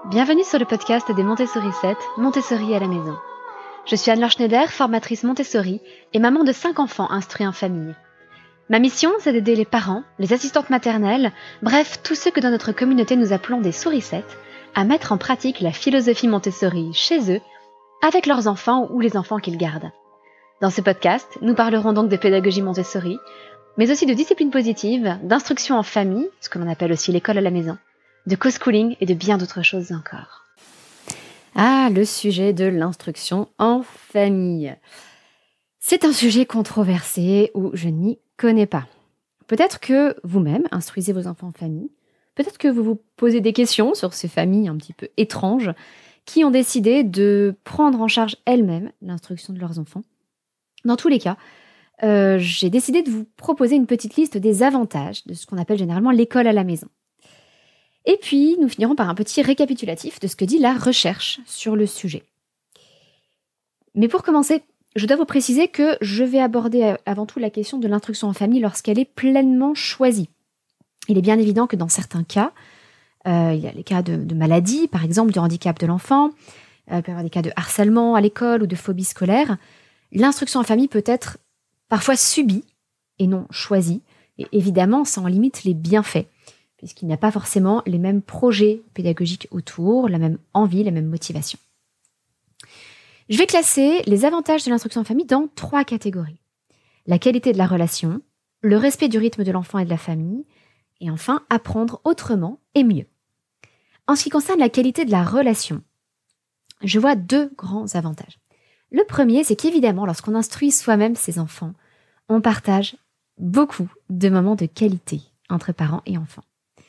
Bienvenue sur le podcast des Montessori 7, Montessori à la maison. Je suis Anne-Laure Schneider, formatrice Montessori et maman de 5 enfants instruits en famille. Ma mission, c'est d'aider les parents, les assistantes maternelles, bref, tous ceux que dans notre communauté nous appelons des souricettes, à mettre en pratique la philosophie Montessori chez eux, avec leurs enfants ou les enfants qu'ils gardent. Dans ce podcast, nous parlerons donc de pédagogie Montessori, mais aussi de discipline positive, d'instruction en famille, ce que l'on appelle aussi l'école à la maison, de co-schooling et de bien d'autres choses encore. Ah, le sujet de l'instruction en famille. C'est un sujet controversé où je n'y connais pas. Peut-être que vous-même instruisez vos enfants en famille. Peut-être que vous vous posez des questions sur ces familles un petit peu étranges qui ont décidé de prendre en charge elles-mêmes l'instruction de leurs enfants. Dans tous les cas, j'ai décidé de vous proposer une petite liste des avantages de ce qu'on appelle généralement l'école à la maison. Et puis, nous finirons par un petit récapitulatif de ce que dit la recherche sur le sujet. Mais pour commencer, je dois vous préciser que je vais aborder avant tout la question de l'instruction en famille lorsqu'elle est pleinement choisie. Il est bien évident que dans certains cas, il y a les cas de maladie, par exemple du handicap de l'enfant, il peut y avoir des cas de harcèlement à l'école ou de phobie scolaire. L'instruction en famille peut être parfois subie et non choisie, et évidemment, ça en limite les bienfaits, puisqu'il n'y a pas forcément les mêmes projets pédagogiques autour, la même envie, la même motivation. Je vais classer les avantages de l'instruction en famille dans 3 catégories. La qualité de la relation, le respect du rythme de l'enfant et de la famille, et enfin, apprendre autrement et mieux. En ce qui concerne la qualité de la relation, je vois 2 grands avantages. Le premier, c'est qu'évidemment, lorsqu'on instruit soi-même ses enfants, on partage beaucoup de moments de qualité entre parents et enfants.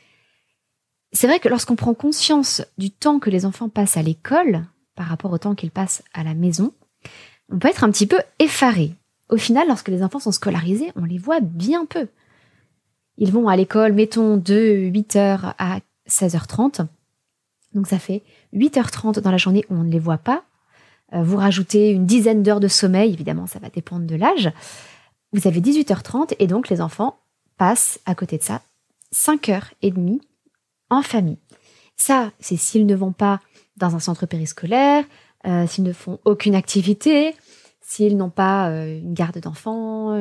C'est vrai que lorsqu'on prend conscience du temps que les enfants passent à l'école par rapport au temps qu'ils passent à la maison, on peut être un petit peu effaré. Au final, lorsque les enfants sont scolarisés, on les voit bien peu. Ils vont à l'école, mettons, de 8h à 16h30. Donc ça fait 8h30 dans la journée où on ne les voit pas. Vous rajoutez une dizaine d'heures de sommeil, évidemment ça va dépendre de l'âge. Vous avez 18h30 et donc les enfants passent à côté de ça 5h30 en famille. Ça, c'est s'ils ne vont pas dans un centre périscolaire, s'ils ne font aucune activité, s'ils n'ont pas une garde d'enfants,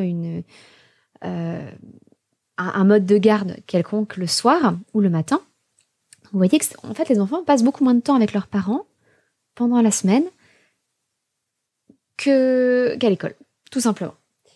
un mode de garde quelconque le soir ou le matin. Vous voyez que en fait, les enfants passent beaucoup moins de temps avec leurs parents pendant la semaine qu'à l'école, tout simplement.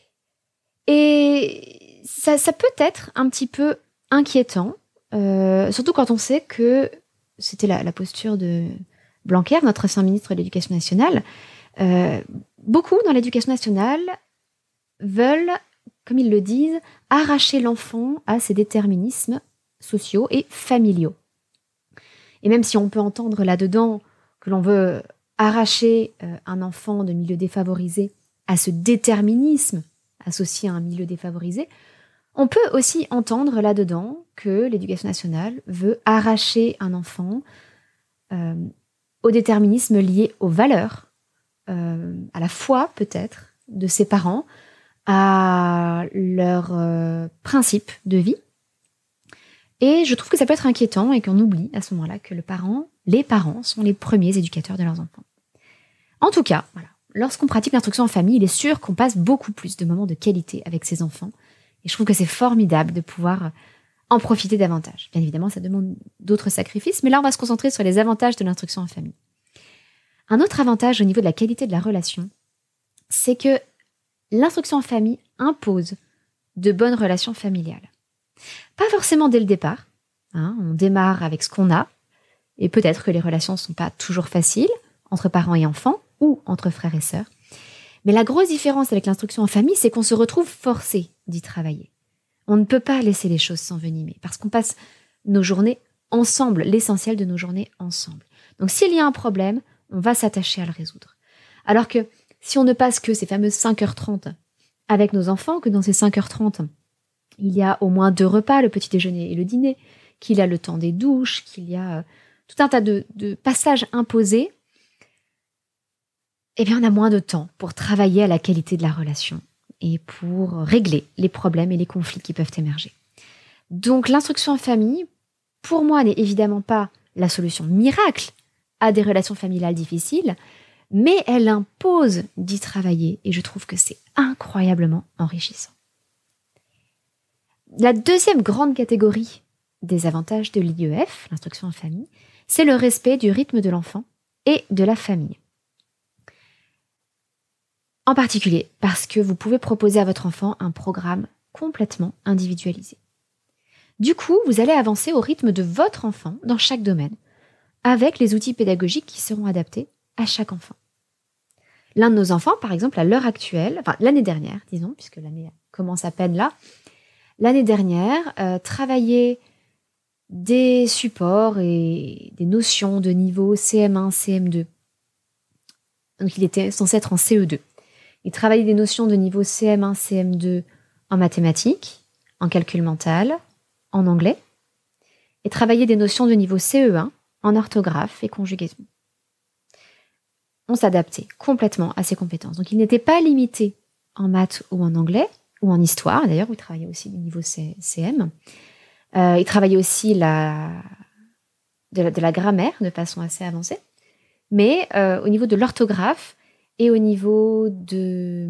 Et ça peut être un petit peu inquiétant, surtout quand on sait que c'était la posture de Blanquer, notre ancien ministre de l'Éducation nationale. Beaucoup dans l'Éducation nationale veulent, comme ils le disent, arracher l'enfant à ses déterminismes sociaux et familiaux. Et même si on peut entendre là-dedans que l'on veut arracher un enfant de milieu défavorisé à ce déterminisme associé à un milieu défavorisé, on peut aussi entendre là-dedans que l'Éducation nationale veut arracher un enfant au déterminisme lié aux valeurs, à la foi peut-être de ses parents, à leurs principes de vie. Et je trouve que ça peut être inquiétant et qu'on oublie à ce moment-là que les parents sont les premiers éducateurs de leurs enfants. En tout cas, voilà, lorsqu'on pratique l'instruction en famille, il est sûr qu'on passe beaucoup plus de moments de qualité avec ses enfants. Et je trouve que c'est formidable de pouvoir en profiter davantage. Bien évidemment, ça demande d'autres sacrifices, mais là, on va se concentrer sur les avantages de l'instruction en famille. Un autre avantage au niveau de la qualité de la relation, c'est que l'instruction en famille impose de bonnes relations familiales. Pas forcément dès le départ, on démarre avec ce qu'on a, et peut-être que les relations ne sont pas toujours faciles, entre parents et enfants, ou entre frères et sœurs. Mais la grosse différence avec l'instruction en famille, c'est qu'on se retrouve forcé d'y travailler. On ne peut pas laisser les choses s'envenimer, parce qu'on passe nos journées ensemble, l'essentiel de nos journées ensemble. Donc s'il y a un problème, on va s'attacher à le résoudre. Alors que si on ne passe que ces fameuses 5h30 avec nos enfants, que dans ces 5h30, il y a au moins 2 repas, le petit déjeuner et le dîner, qu'il y a le temps des douches, qu'il y a tout un tas de passages imposés, eh bien on a moins de temps pour travailler à la qualité de la relation et pour régler les problèmes et les conflits qui peuvent émerger. Donc l'instruction en famille, pour moi, n'est évidemment pas la solution miracle à des relations familiales difficiles, mais elle impose d'y travailler et je trouve que c'est incroyablement enrichissant. La deuxième grande catégorie des avantages de l'IEF, l'instruction en famille, c'est le respect du rythme de l'enfant et de la famille. En particulier parce que vous pouvez proposer à votre enfant un programme complètement individualisé. Du coup, vous allez avancer au rythme de votre enfant dans chaque domaine, avec les outils pédagogiques qui seront adaptés à chaque enfant. L'un de nos enfants, par exemple, à l'heure actuelle, l'année dernière, disons, puisque l'année commence à peine là, l'année dernière, travaillait des supports et des notions de niveau CM1, CM2. Donc, il était censé être en CE2. Il travaillait des notions de niveau CM1, CM2 en mathématiques, en calcul mental, en anglais, et travaillait des notions de niveau CE1 en orthographe et conjugaison. On s'adaptait complètement à ses compétences. Donc, il n'était pas limité en maths ou en anglais, ou en histoire, d'ailleurs, où il travaillait aussi du niveau CM. Il travaillait aussi de la grammaire de façon assez avancée. Mais au niveau de l'orthographe et au niveau de...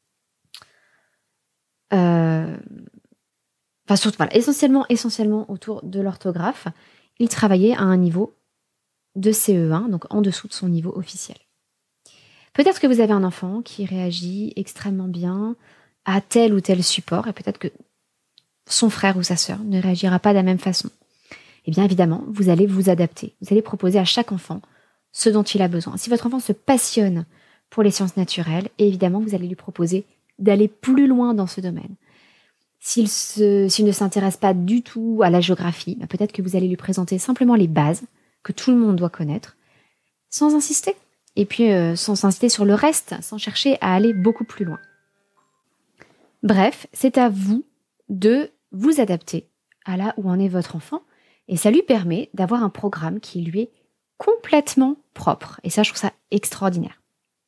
essentiellement autour de l'orthographe, il travaillait à un niveau de CE1, donc en dessous de son niveau officiel. Peut-être que vous avez un enfant qui réagit extrêmement bien à tel ou tel support, et peut-être que son frère ou sa sœur ne réagira pas de la même façon. Eh bien, évidemment, vous allez vous adapter. Vous allez proposer à chaque enfant ce dont il a besoin. Si votre enfant se passionne pour les sciences naturelles, évidemment, vous allez lui proposer d'aller plus loin dans ce domaine. S'il ne s'intéresse pas du tout à la géographie, peut-être que vous allez lui présenter simplement les bases que tout le monde doit connaître, sans insister. Et puis, sans insister sur le reste, sans chercher à aller beaucoup plus loin. Bref, c'est à vous de vous adapter à là où en est votre enfant, et ça lui permet d'avoir un programme qui lui est complètement propre. Et ça, je trouve ça extraordinaire.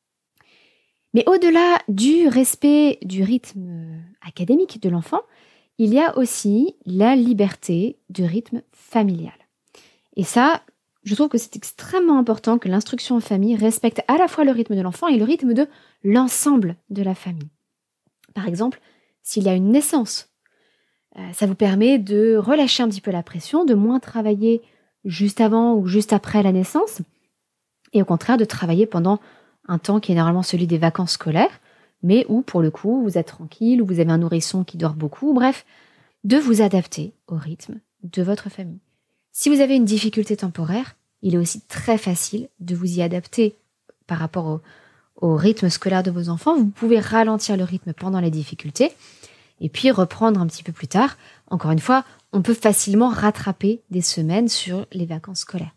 Mais au-delà du respect du rythme académique de l'enfant, il y a aussi la liberté du rythme familial. Et ça, je trouve que c'est extrêmement important que l'instruction en famille respecte à la fois le rythme de l'enfant et le rythme de l'ensemble de la famille. Par exemple, s'il y a une naissance, ça vous permet de relâcher un petit peu la pression, de moins travailler juste avant ou juste après la naissance, et au contraire de travailler pendant un temps qui est normalement celui des vacances scolaires, mais où, pour le coup, vous êtes tranquille, où vous avez un nourrisson qui dort beaucoup, bref, de vous adapter au rythme de votre famille. Si vous avez une difficulté temporaire, il est aussi très facile de vous y adapter par rapport au rythme scolaire de vos enfants. Vous pouvez ralentir le rythme pendant les difficultés et puis reprendre un petit peu plus tard. Encore une fois, on peut facilement rattraper des semaines sur les vacances scolaires.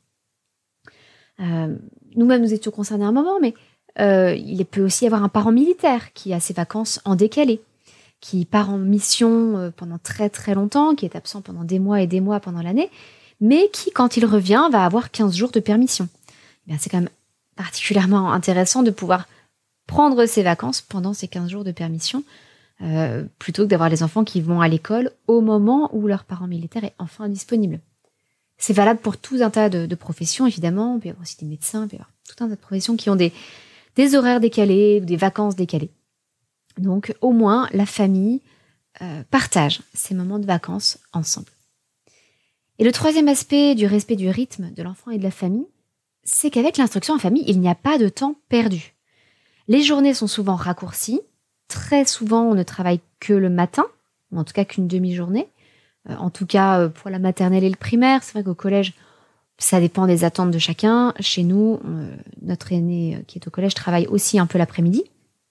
Nous-mêmes, nous étions concernés à un moment, mais il peut aussi y avoir un parent militaire qui a ses vacances en décalé, qui part en mission pendant très très longtemps, qui est absent pendant des mois et des mois pendant l'année, mais qui, quand il revient, va avoir 15 jours de permission. Eh bien, c'est quand même particulièrement intéressant de pouvoir prendre ses vacances pendant ces 15 jours de permission, plutôt que d'avoir les enfants qui vont à l'école au moment où leur parent militaire est enfin disponible. C'est valable pour tout un tas de professions, évidemment. Il peut y avoir aussi des médecins, il peut y avoir tout un tas de professions qui ont des horaires décalés ou des vacances décalées. Donc, au moins, la famille partage ces moments de vacances ensemble. Et le troisième aspect du respect du rythme de l'enfant et de la famille, c'est qu'avec l'instruction en famille, il n'y a pas de temps perdu. Les journées sont souvent raccourcies. Très souvent, on ne travaille que le matin, ou en tout cas qu'une demi-journée. En tout cas, pour la maternelle et le primaire, c'est vrai qu'au collège, ça dépend des attentes de chacun. Chez nous, notre aîné qui est au collège travaille aussi un peu l'après-midi.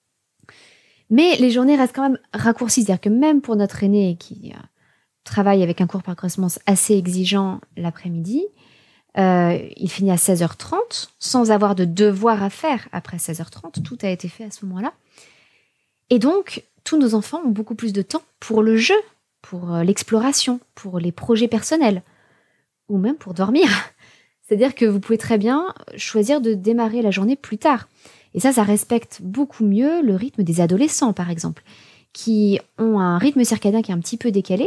Mais les journées restent quand même raccourcies. C'est-à-dire que même pour notre aîné qui travaille avec un cours par correspondance assez exigeant l'après-midi, il finit à 16h30 sans avoir de devoirs à faire après 16h30. Tout a été fait à ce moment-là. Et donc, tous nos enfants ont beaucoup plus de temps pour le jeu, pour l'exploration, pour les projets personnels, ou même pour dormir. C'est-à-dire que vous pouvez très bien choisir de démarrer la journée plus tard. Et ça respecte beaucoup mieux le rythme des adolescents, par exemple, qui ont un rythme circadien qui est un petit peu décalé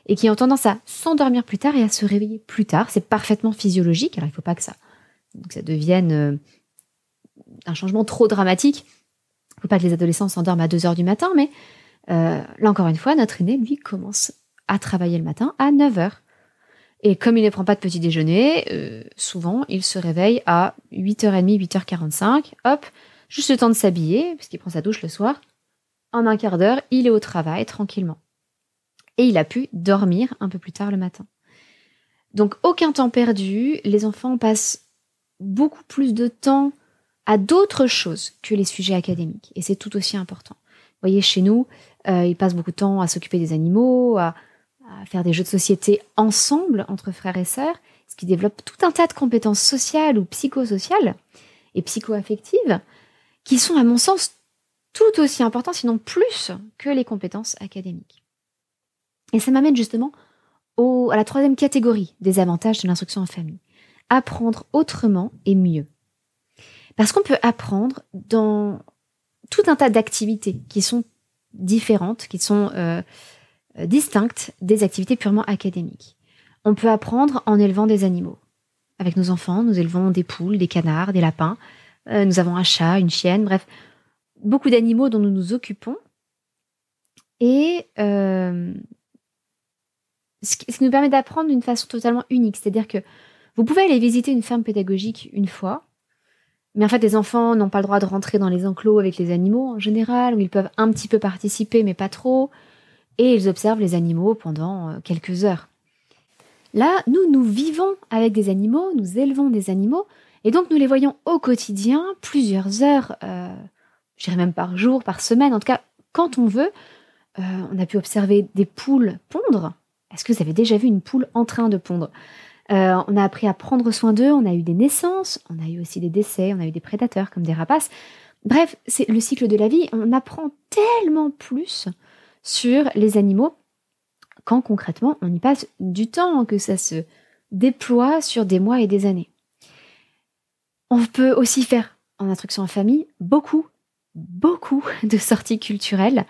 et qui ont tendance à s'endormir plus tard et à se réveiller plus tard. C'est parfaitement physiologique. Alors, il ne faut pas que ça devienne un changement trop dramatique. Il ne faut pas que les adolescents s'endorment à 2h du matin, mais là encore une fois, notre aîné, lui, commence à travailler le matin à 9h. Et comme il ne prend pas de petit déjeuner, souvent, il se réveille à 8h30, 8h45. Hop, juste le temps de s'habiller, puisqu'il prend sa douche le soir. En un quart d'heure, il est au travail tranquillement. Et il a pu dormir un peu plus tard le matin. Donc, aucun temps perdu. Les enfants passent beaucoup plus de temps à d'autres choses que les sujets académiques. Et c'est tout aussi important. Vous voyez, chez nous, ils passent beaucoup de temps à s'occuper des animaux, à faire des jeux de société ensemble, entre frères et sœurs, ce qui développe tout un tas de compétences sociales ou psychosociales et psycho-affectives qui sont, à mon sens, tout aussi importantes, sinon plus, que les compétences académiques. Et ça m'amène justement à la troisième catégorie des avantages de l'instruction en famille. Apprendre autrement et mieux. Parce qu'on peut apprendre dans tout un tas d'activités qui sont différentes, qui sont distinctes des activités purement académiques. On peut apprendre en élevant des animaux. Avec nos enfants, nous élevons des poules, des canards, des lapins. Nous avons un chat, une chienne, bref, beaucoup d'animaux dont nous nous occupons. Et ce qui nous permet d'apprendre d'une façon totalement unique. C'est-à-dire que vous pouvez aller visiter une ferme pédagogique une fois, mais en fait, les enfants n'ont pas le droit de rentrer dans les enclos avec les animaux en général, où ils peuvent un petit peu participer, mais pas trop. Et ils observent les animaux pendant quelques heures. Là, nous vivons avec des animaux, nous élevons des animaux, et donc nous les voyons au quotidien, plusieurs heures, je dirais même par jour, par semaine, en tout cas, quand on veut. On a pu observer des poules pondre. Est-ce que vous avez déjà vu une poule en train de pondre ? On a appris à prendre soin d'eux, on a eu des naissances, on a eu aussi des décès, on a eu des prédateurs comme des rapaces. Bref, c'est le cycle de la vie, on apprend tellement plus sur les animaux quand concrètement on y passe du temps, que ça se déploie sur des mois et des années. On peut aussi faire en instruction en famille beaucoup de sorties culturelles.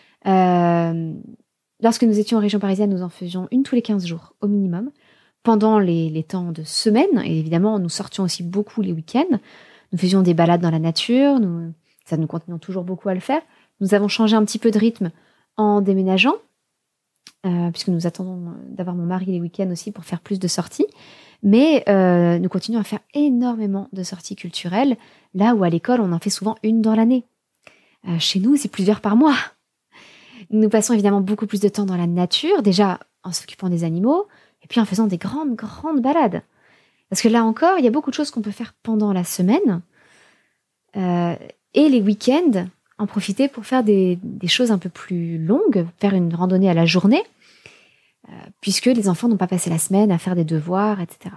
Lorsque nous étions en région parisienne, nous en faisions une tous les 15 jours au minimum, pendant les temps de semaine, et évidemment nous sortions aussi beaucoup les week-ends. Nous faisions des balades dans la nature, nous continuons toujours beaucoup à le faire. Nous avons changé un petit peu de rythme en déménageant, puisque nous attendons d'avoir mon mari les week-ends aussi pour faire plus de sorties. Mais nous continuons à faire énormément de sorties culturelles, là où à l'école, on en fait souvent une dans l'année. Chez nous, c'est plusieurs par mois. Nous passons évidemment beaucoup plus de temps dans la nature, déjà en s'occupant des animaux, et puis en faisant des grandes balades. Parce que là encore, il y a beaucoup de choses qu'on peut faire pendant la semaine, et les week-ends, en profiter pour faire des choses un peu plus longues, faire une randonnée à la journée, puisque les enfants n'ont pas passé la semaine à faire des devoirs, etc.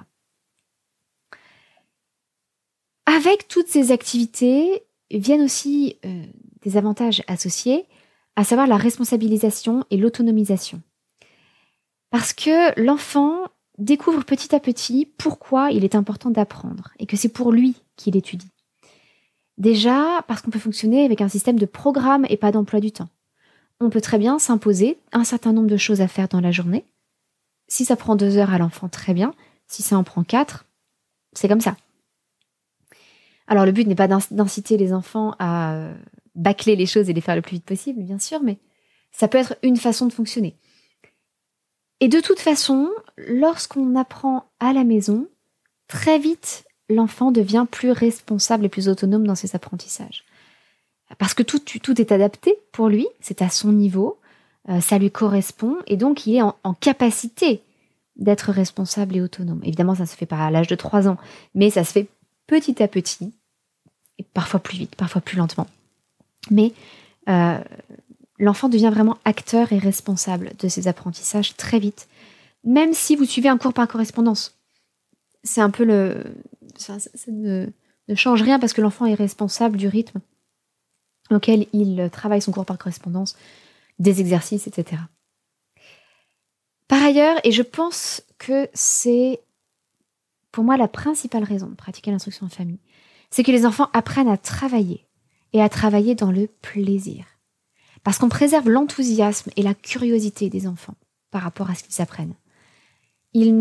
Avec toutes ces activités viennent aussi des avantages associés, à savoir la responsabilisation et l'autonomisation. Parce que l'enfant découvre petit à petit pourquoi il est important d'apprendre et que c'est pour lui qu'il étudie. Déjà, parce qu'on peut fonctionner avec un système de programme et pas d'emploi du temps. On peut très bien s'imposer un certain nombre de choses à faire dans la journée. Si ça prend 2 heures à l'enfant, très bien. Si ça en prend 4, c'est comme ça. Alors le but n'est pas d'inciter les enfants à bâcler les choses et les faire le plus vite possible, bien sûr, mais ça peut être une façon de fonctionner. Et de toute façon, lorsqu'on apprend à la maison, très vite, l'enfant devient plus responsable et plus autonome dans ses apprentissages. Parce que tout est adapté pour lui, c'est à son niveau, ça lui correspond, et donc il est en capacité d'être responsable et autonome. Évidemment, ça ne se fait pas à l'âge de 3 ans, mais ça se fait petit à petit, et parfois plus vite, parfois plus lentement. Mais l'enfant devient vraiment acteur et responsable de ses apprentissages très vite, même si vous suivez un cours par correspondance. C'est un peu ça ne change rien parce que l'enfant est responsable du rythme auquel il travaille son cours par correspondance, des exercices, etc. Par ailleurs, et je pense que c'est pour moi la principale raison de pratiquer l'instruction en famille, c'est que les enfants apprennent à travailler et à travailler dans le plaisir. Parce qu'on préserve l'enthousiasme et la curiosité des enfants. par rapport à ce qu'ils apprennent. Ils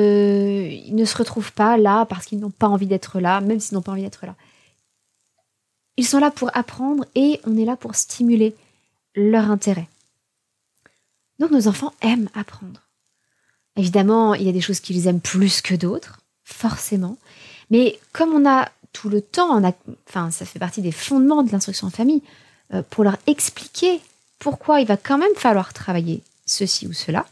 ne se retrouvent pas là parce qu'ils n'ont pas envie d'être là, même s'ils n'ont pas envie d'être là. Ils sont là pour apprendre et on est là pour stimuler leur intérêt. Donc nos enfants aiment apprendre. Évidemment, il y a des choses qu'ils aiment plus que d'autres, forcément. Mais comme on a tout le temps, ça fait partie des fondements de l'instruction en famille, pour leur expliquer pourquoi il va quand même falloir travailler ceci ou cela,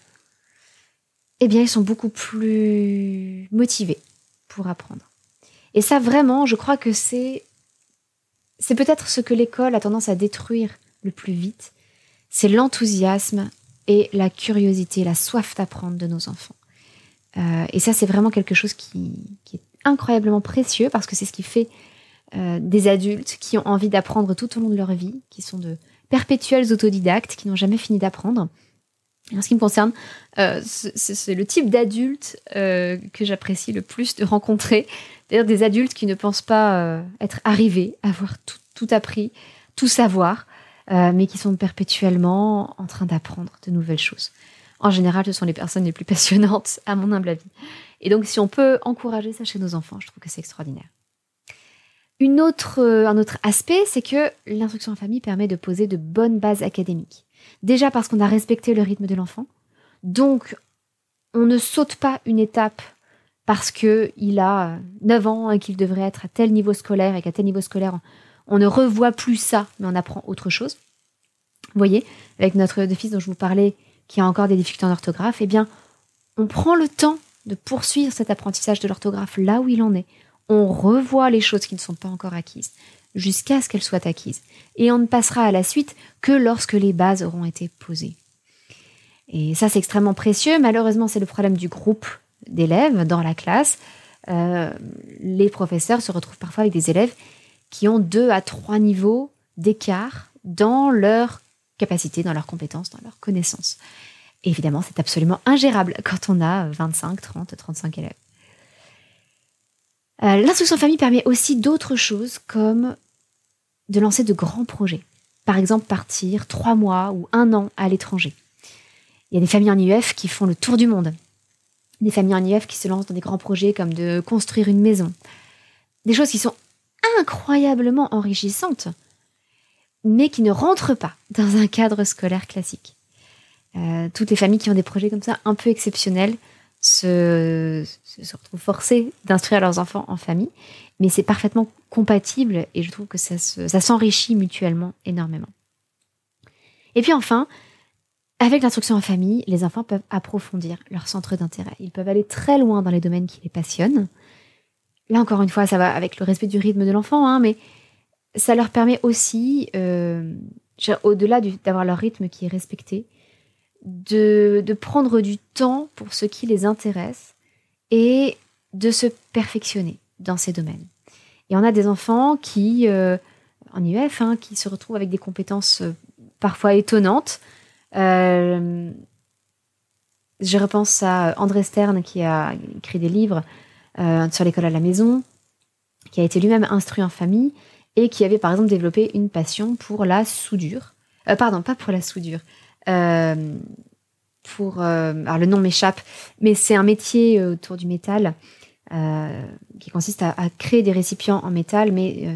eh bien, ils sont beaucoup plus motivés pour apprendre. Et ça, vraiment, je crois que c'est peut-être ce que l'école a tendance à détruire le plus vite. C'est l'enthousiasme et la curiosité, la soif d'apprendre de nos enfants. Et ça, c'est vraiment quelque chose qui est incroyablement précieux parce que c'est ce qui fait des adultes qui ont envie d'apprendre tout au long de leur vie, qui sont de perpétuels autodidactes, qui n'ont jamais fini d'apprendre. En ce qui me concerne, c'est le type d'adulte que j'apprécie le plus de rencontrer, c'est-à-dire des adultes qui ne pensent pas être arrivés, avoir tout appris, tout savoir, mais qui sont perpétuellement en train d'apprendre de nouvelles choses. En général, ce sont les personnes les plus passionnantes, à mon humble avis. Et donc, si on peut encourager ça chez nos enfants, je trouve que c'est extraordinaire. Un autre aspect, c'est que l'instruction en famille permet de poser de bonnes bases académiques. Déjà parce qu'on a respecté le rythme de l'enfant. Donc, on ne saute pas une étape parce qu'il a 9 ans et qu'il devrait être à tel niveau scolaire et qu'à tel niveau scolaire, on ne revoit plus ça, mais on apprend autre chose. Vous voyez, avec notre fils dont je vous parlais, qui a encore des difficultés en orthographe, eh bien, on prend le temps de poursuivre cet apprentissage de l'orthographe là où il en est. On revoit les choses qui ne sont pas encore acquises, jusqu'à ce qu'elles soient acquises. Et on ne passera à la suite que lorsque les bases auront été posées. Et ça, c'est extrêmement précieux. Malheureusement, c'est le problème du groupe d'élèves dans la classe. Les professeurs se retrouvent parfois avec des élèves qui ont 2 à 3 niveaux d'écart dans leur capacité, dans leurs compétences, dans leurs connaissances. Et évidemment, c'est absolument ingérable quand on a 25, 30, 35 élèves. L'instruction en famille permet aussi d'autres choses comme de lancer de grands projets. Par exemple, partir 3 mois ou 1 an à l'étranger. Il y a des familles en IEF qui font le tour du monde. Des familles en IEF qui se lancent dans des grands projets comme de construire une maison. Des choses qui sont incroyablement enrichissantes, mais qui ne rentrent pas dans un cadre scolaire classique. Toutes les familles qui ont des projets comme ça, un peu exceptionnels, se retrouvent forcées d'instruire leurs enfants en famille, mais c'est parfaitement compatible et je trouve que ça s'enrichit mutuellement énormément. Et puis enfin, avec l'instruction en famille, les enfants peuvent approfondir leur centre d'intérêt. Ils peuvent aller très loin dans les domaines qui les passionnent. Là, encore une fois, ça va avec le respect du rythme de l'enfant, mais ça leur permet aussi, au-delà d'avoir leur rythme qui est respecté, de prendre du temps pour ce qui les intéresse et de se perfectionner dans ces domaines. Et on a des enfants qui, en IEF, qui se retrouvent avec des compétences parfois étonnantes. Je repense à André Stern qui a écrit des livres sur l'école à la maison, qui a été lui-même instruit en famille et qui avait par exemple développé une passion pour la soudure. Pas pour la soudure. Alors le nom m'échappe, mais c'est un métier autour du métal qui consiste à créer des récipients en métal, mais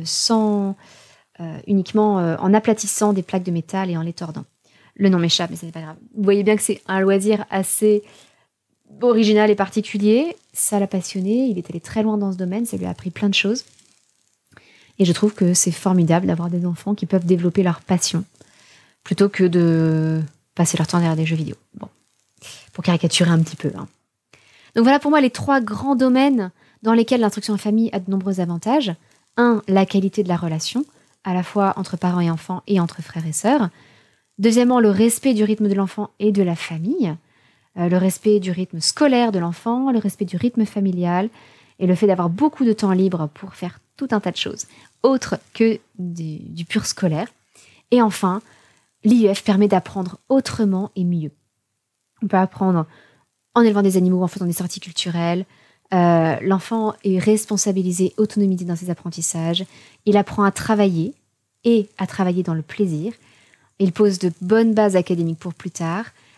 uniquement en aplatissant des plaques de métal et en les tordant. Le nom m'échappe, mais ce n'est pas grave. Vous voyez bien que c'est un loisir assez original et particulier. Ça l'a passionné, il est allé très loin dans ce domaine, ça lui a appris plein de choses. Et je trouve que c'est formidable d'avoir des enfants qui peuvent développer leur passion plutôt que de passer leur temps derrière des jeux vidéo. Bon, pour caricaturer un petit peu. Donc voilà pour moi les 3 grands domaines dans lesquels l'instruction en famille a de nombreux avantages. 1, la qualité de la relation, à la fois entre parents et enfants et entre frères et sœurs. Deuxièmement, le respect du rythme de l'enfant et de la famille. Le respect du rythme scolaire de l'enfant, le respect du rythme familial et le fait d'avoir beaucoup de temps libre pour faire tout un tas de choses, autres que du pur scolaire. Et enfin, l'IEF permet d'apprendre autrement et mieux. On peut apprendre en élevant des animaux, en faisant des sorties culturelles. L'enfant est responsabilisé, autonomisé dans ses apprentissages. Il apprend à travailler et à travailler dans le plaisir. Il pose de bonnes bases académiques pour plus tard.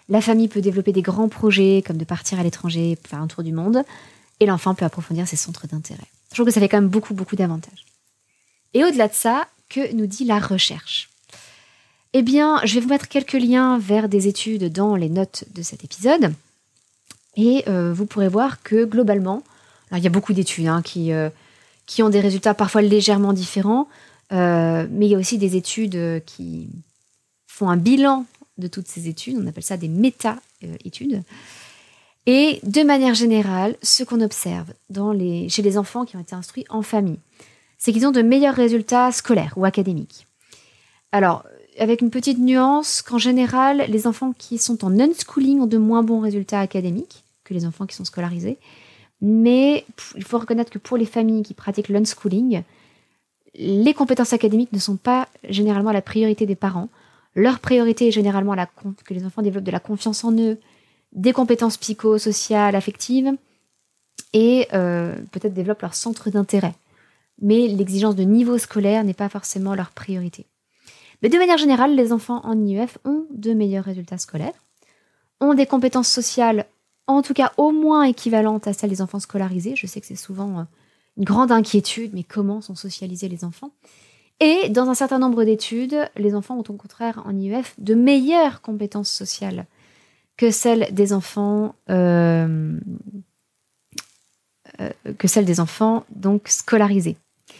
La famille peut développer des grands projets, comme de partir à l'étranger, faire un tour du monde, et l'enfant peut approfondir ses centres d'intérêt. Je trouve que ça fait quand même beaucoup, beaucoup d'avantages. Et au-delà de ça, que nous dit la recherche ? Eh bien, je vais vous mettre quelques liens vers des études dans les notes de cet épisode, et vous pourrez voir que globalement, alors il y a beaucoup d'études qui ont des résultats parfois légèrement différents, mais il y a aussi des études qui font un bilan de toutes ces études, on appelle ça des méta-études. Et de manière générale, ce qu'on observe chez les enfants qui ont été instruits en famille, c'est qu'ils ont de meilleurs résultats scolaires ou académiques. Alors, avec une petite nuance qu'en général, les enfants qui sont en unschooling ont de moins bons résultats académiques que les enfants qui sont scolarisés. Mais il faut reconnaître que pour les familles qui pratiquent l'unschooling, les compétences académiques ne sont pas généralement la priorité des parents. Leur priorité est généralement que les enfants développent de la confiance en eux, des compétences psychosociales, affectives, et peut-être développent leur centre d'intérêt. Mais l'exigence de niveau scolaire n'est pas forcément leur priorité. Mais de manière générale, les enfants en IEF ont de meilleurs résultats scolaires, ont des compétences sociales, en tout cas au moins équivalentes à celles des enfants scolarisés. Je sais que c'est souvent une grande inquiétude, mais comment sont socialisés les enfants ? Et dans un certain nombre d'études, les enfants ont au contraire en IEF de meilleures compétences sociales que celles des enfants donc scolarisés.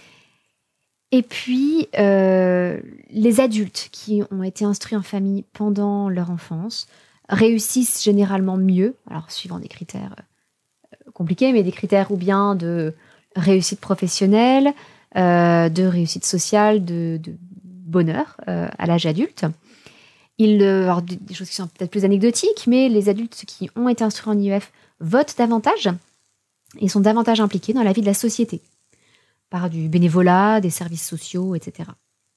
Et puis, les adultes qui ont été instruits en famille pendant leur enfance réussissent généralement mieux, alors suivant des critères compliqués, mais des critères ou bien de réussite professionnelle, de réussite sociale, de bonheur à l'âge adulte. Alors, des choses qui sont peut-être plus anecdotiques, mais les adultes qui ont été instruits en IEF votent davantage et sont davantage impliqués dans la vie de la société, par du bénévolat, des services sociaux, etc.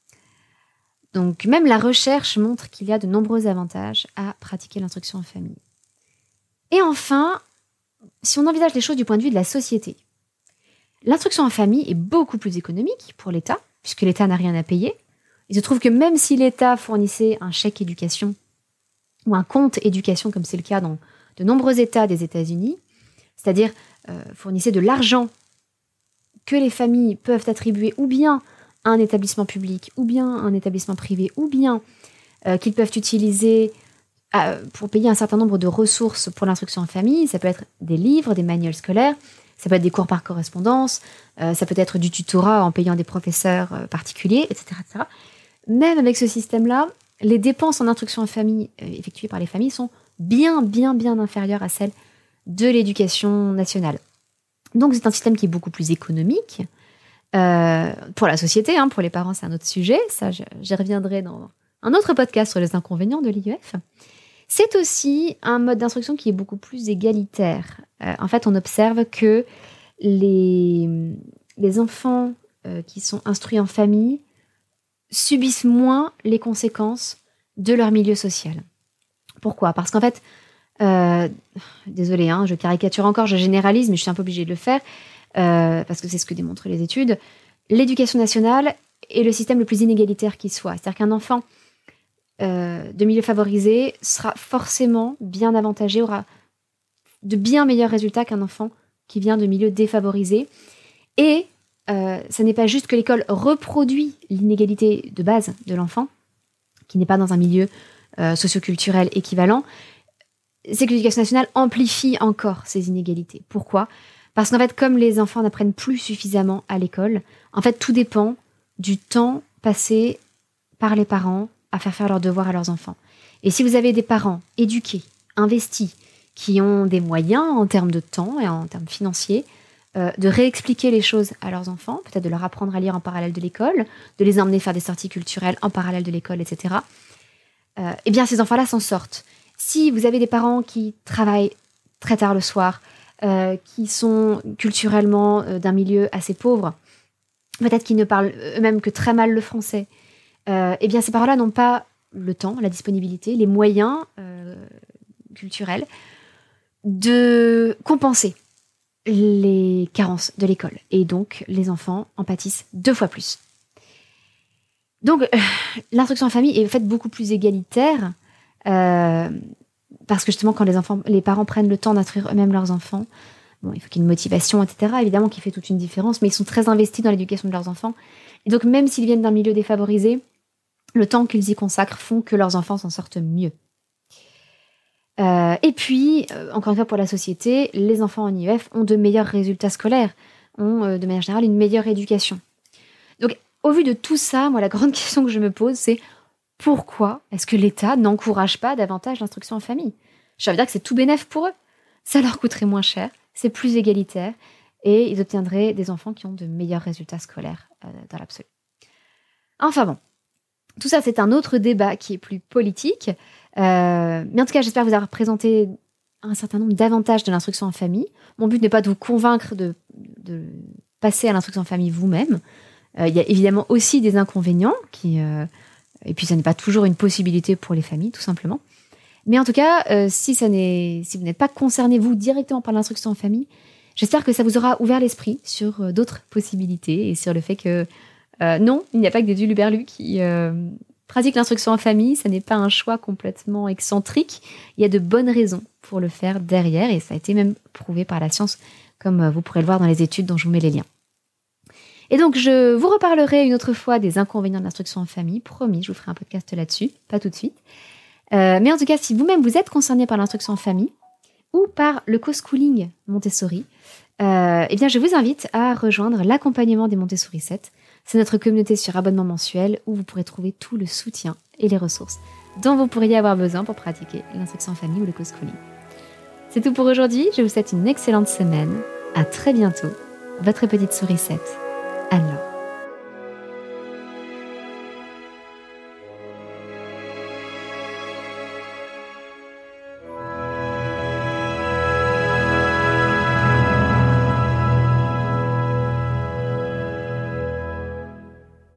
Donc même la recherche montre qu'il y a de nombreux avantages à pratiquer l'instruction en famille. Et enfin, si on envisage les choses du point de vue de la société, l'instruction en famille est beaucoup plus économique pour l'État, puisque l'État n'a rien à payer. Il se trouve que même si l'État fournissait un chèque éducation ou un compte éducation, comme c'est le cas dans de nombreux États des États-Unis, c'est-à-dire fournissait de l'argent que les familles peuvent attribuer ou bien à un établissement public, ou bien à un établissement privé, ou bien qu'ils peuvent utiliser pour payer un certain nombre de ressources pour l'instruction en famille. Ça peut être des livres, des manuels scolaires, ça peut être des cours par correspondance, ça peut être du tutorat en payant des professeurs particuliers, etc., etc. Même avec ce système-là, les dépenses en instruction en famille effectuées par les familles sont bien inférieures à celles de l'éducation nationale. Donc c'est un système qui est beaucoup plus économique pour la société, pour les parents c'est un autre sujet, ça j'y reviendrai dans un autre podcast sur les inconvénients de l'IEF. C'est aussi un mode d'instruction qui est beaucoup plus égalitaire. En fait, on observe que les enfants qui sont instruits en famille subissent moins les conséquences de leur milieu social. Pourquoi ? Parce qu'en fait, désolée, je caricature encore, je généralise, mais je suis un peu obligée de le faire, parce que c'est ce que démontrent les études. L'éducation nationale est le système le plus inégalitaire qui soit. C'est-à-dire qu'un enfant de milieu favorisé sera forcément bien avantagé, aura de bien meilleurs résultats qu'un enfant qui vient de milieu défavorisé. Et ça n'est pas juste que l'école reproduit l'inégalité de base de l'enfant, qui n'est pas dans un milieu socioculturel équivalent, c'est que l'éducation nationale amplifie encore ces inégalités. Pourquoi ? Parce qu'en fait, comme les enfants n'apprennent plus suffisamment à l'école, en fait, tout dépend du temps passé par les parents à faire leurs devoirs à leurs enfants. Et si vous avez des parents éduqués, investis, qui ont des moyens en termes de temps et en termes financiers, de réexpliquer les choses à leurs enfants, peut-être de leur apprendre à lire en parallèle de l'école, de les emmener faire des sorties culturelles en parallèle de l'école, etc., eh bien, ces enfants-là s'en sortent. Si vous avez des parents qui travaillent très tard le soir, qui sont culturellement d'un milieu assez pauvre, peut-être qu'ils ne parlent eux-mêmes que très mal le français, eh bien, ces parents-là n'ont pas le temps, la disponibilité, les moyens culturels de compenser les carences de l'école. Et donc, les enfants en pâtissent 2 fois plus. Donc, l'instruction en famille est faite beaucoup plus égalitaire, parce que justement, quand les parents prennent le temps d'instruire eux-mêmes leurs enfants, bon, il faut qu'il y ait une motivation, etc., évidemment, qui fait toute une différence, mais ils sont très investis dans l'éducation de leurs enfants. Et donc, même s'ils viennent d'un milieu défavorisé, le temps qu'ils y consacrent font que leurs enfants s'en sortent mieux. Et puis, encore une fois, pour la société, les enfants en IEF ont de meilleurs résultats scolaires, ont de manière générale une meilleure éducation. Donc, au vu de tout ça, moi, la grande question que je me pose, c'est pourquoi est-ce que l'État n'encourage pas davantage l'instruction en famille ? Ça veut dire que c'est tout bénef pour eux. Ça leur coûterait moins cher, c'est plus égalitaire, et ils obtiendraient des enfants qui ont de meilleurs résultats scolaires dans l'absolu. Enfin bon, tout ça, c'est un autre débat qui est plus politique. Mais en tout cas, j'espère vous avoir présenté un certain nombre d'avantages de l'instruction en famille. Mon but n'est pas de vous convaincre de passer à l'instruction en famille vous-même. Il y a évidemment aussi des inconvénients, et puis ça n'est pas toujours une possibilité pour les familles, tout simplement. Mais en tout cas, si vous n'êtes pas concerné, vous, directement par l'instruction en famille, j'espère que ça vous aura ouvert l'esprit sur d'autres possibilités et sur le fait que non, il n'y a pas que des huluberlus qui pratiquent l'instruction en famille. Ça n'est pas un choix complètement excentrique. Il y a de bonnes raisons pour le faire derrière, et ça a été même prouvé par la science, comme vous pourrez le voir dans les études dont je vous mets les liens. Et donc, je vous reparlerai une autre fois des inconvénients de l'instruction en famille. Promis, je vous ferai un podcast là-dessus, pas tout de suite. Mais en tout cas, si vous-même vous êtes concerné par l'instruction en famille ou par le co-schooling Montessori, eh bien, je vous invite à rejoindre l'accompagnement des Montessori 7. C'est notre communauté sur abonnement mensuel où vous pourrez trouver tout le soutien et les ressources dont vous pourriez avoir besoin pour pratiquer l'instruction en famille ou le co-schooling. C'est tout pour aujourd'hui. Je vous souhaite une excellente semaine. À très bientôt. Votre petite souris 7, Anne-Laure.